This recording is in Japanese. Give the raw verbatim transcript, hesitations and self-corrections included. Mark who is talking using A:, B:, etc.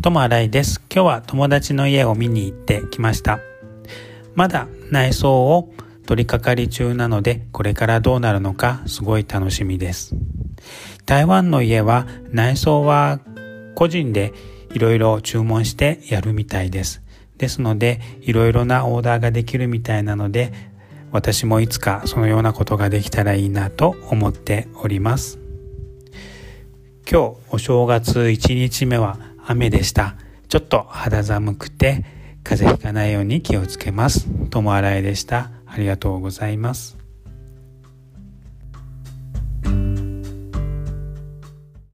A: 友新井です。今日は友達の家を見に行ってきました。まだ内装を取り掛かり中なので、これからどうなるのかすごい楽しみです。台湾の家は内装は個人でいろいろ注文してやるみたいです。ですので、いろいろなオーダーができるみたいなので、私もいつかそのようなことができたらいいなと思っております。今日お正月いちにちめは雨でした。ちょっと肌寒くて風邪ひかないように気をつけます。友新井でした。ありがとうございます。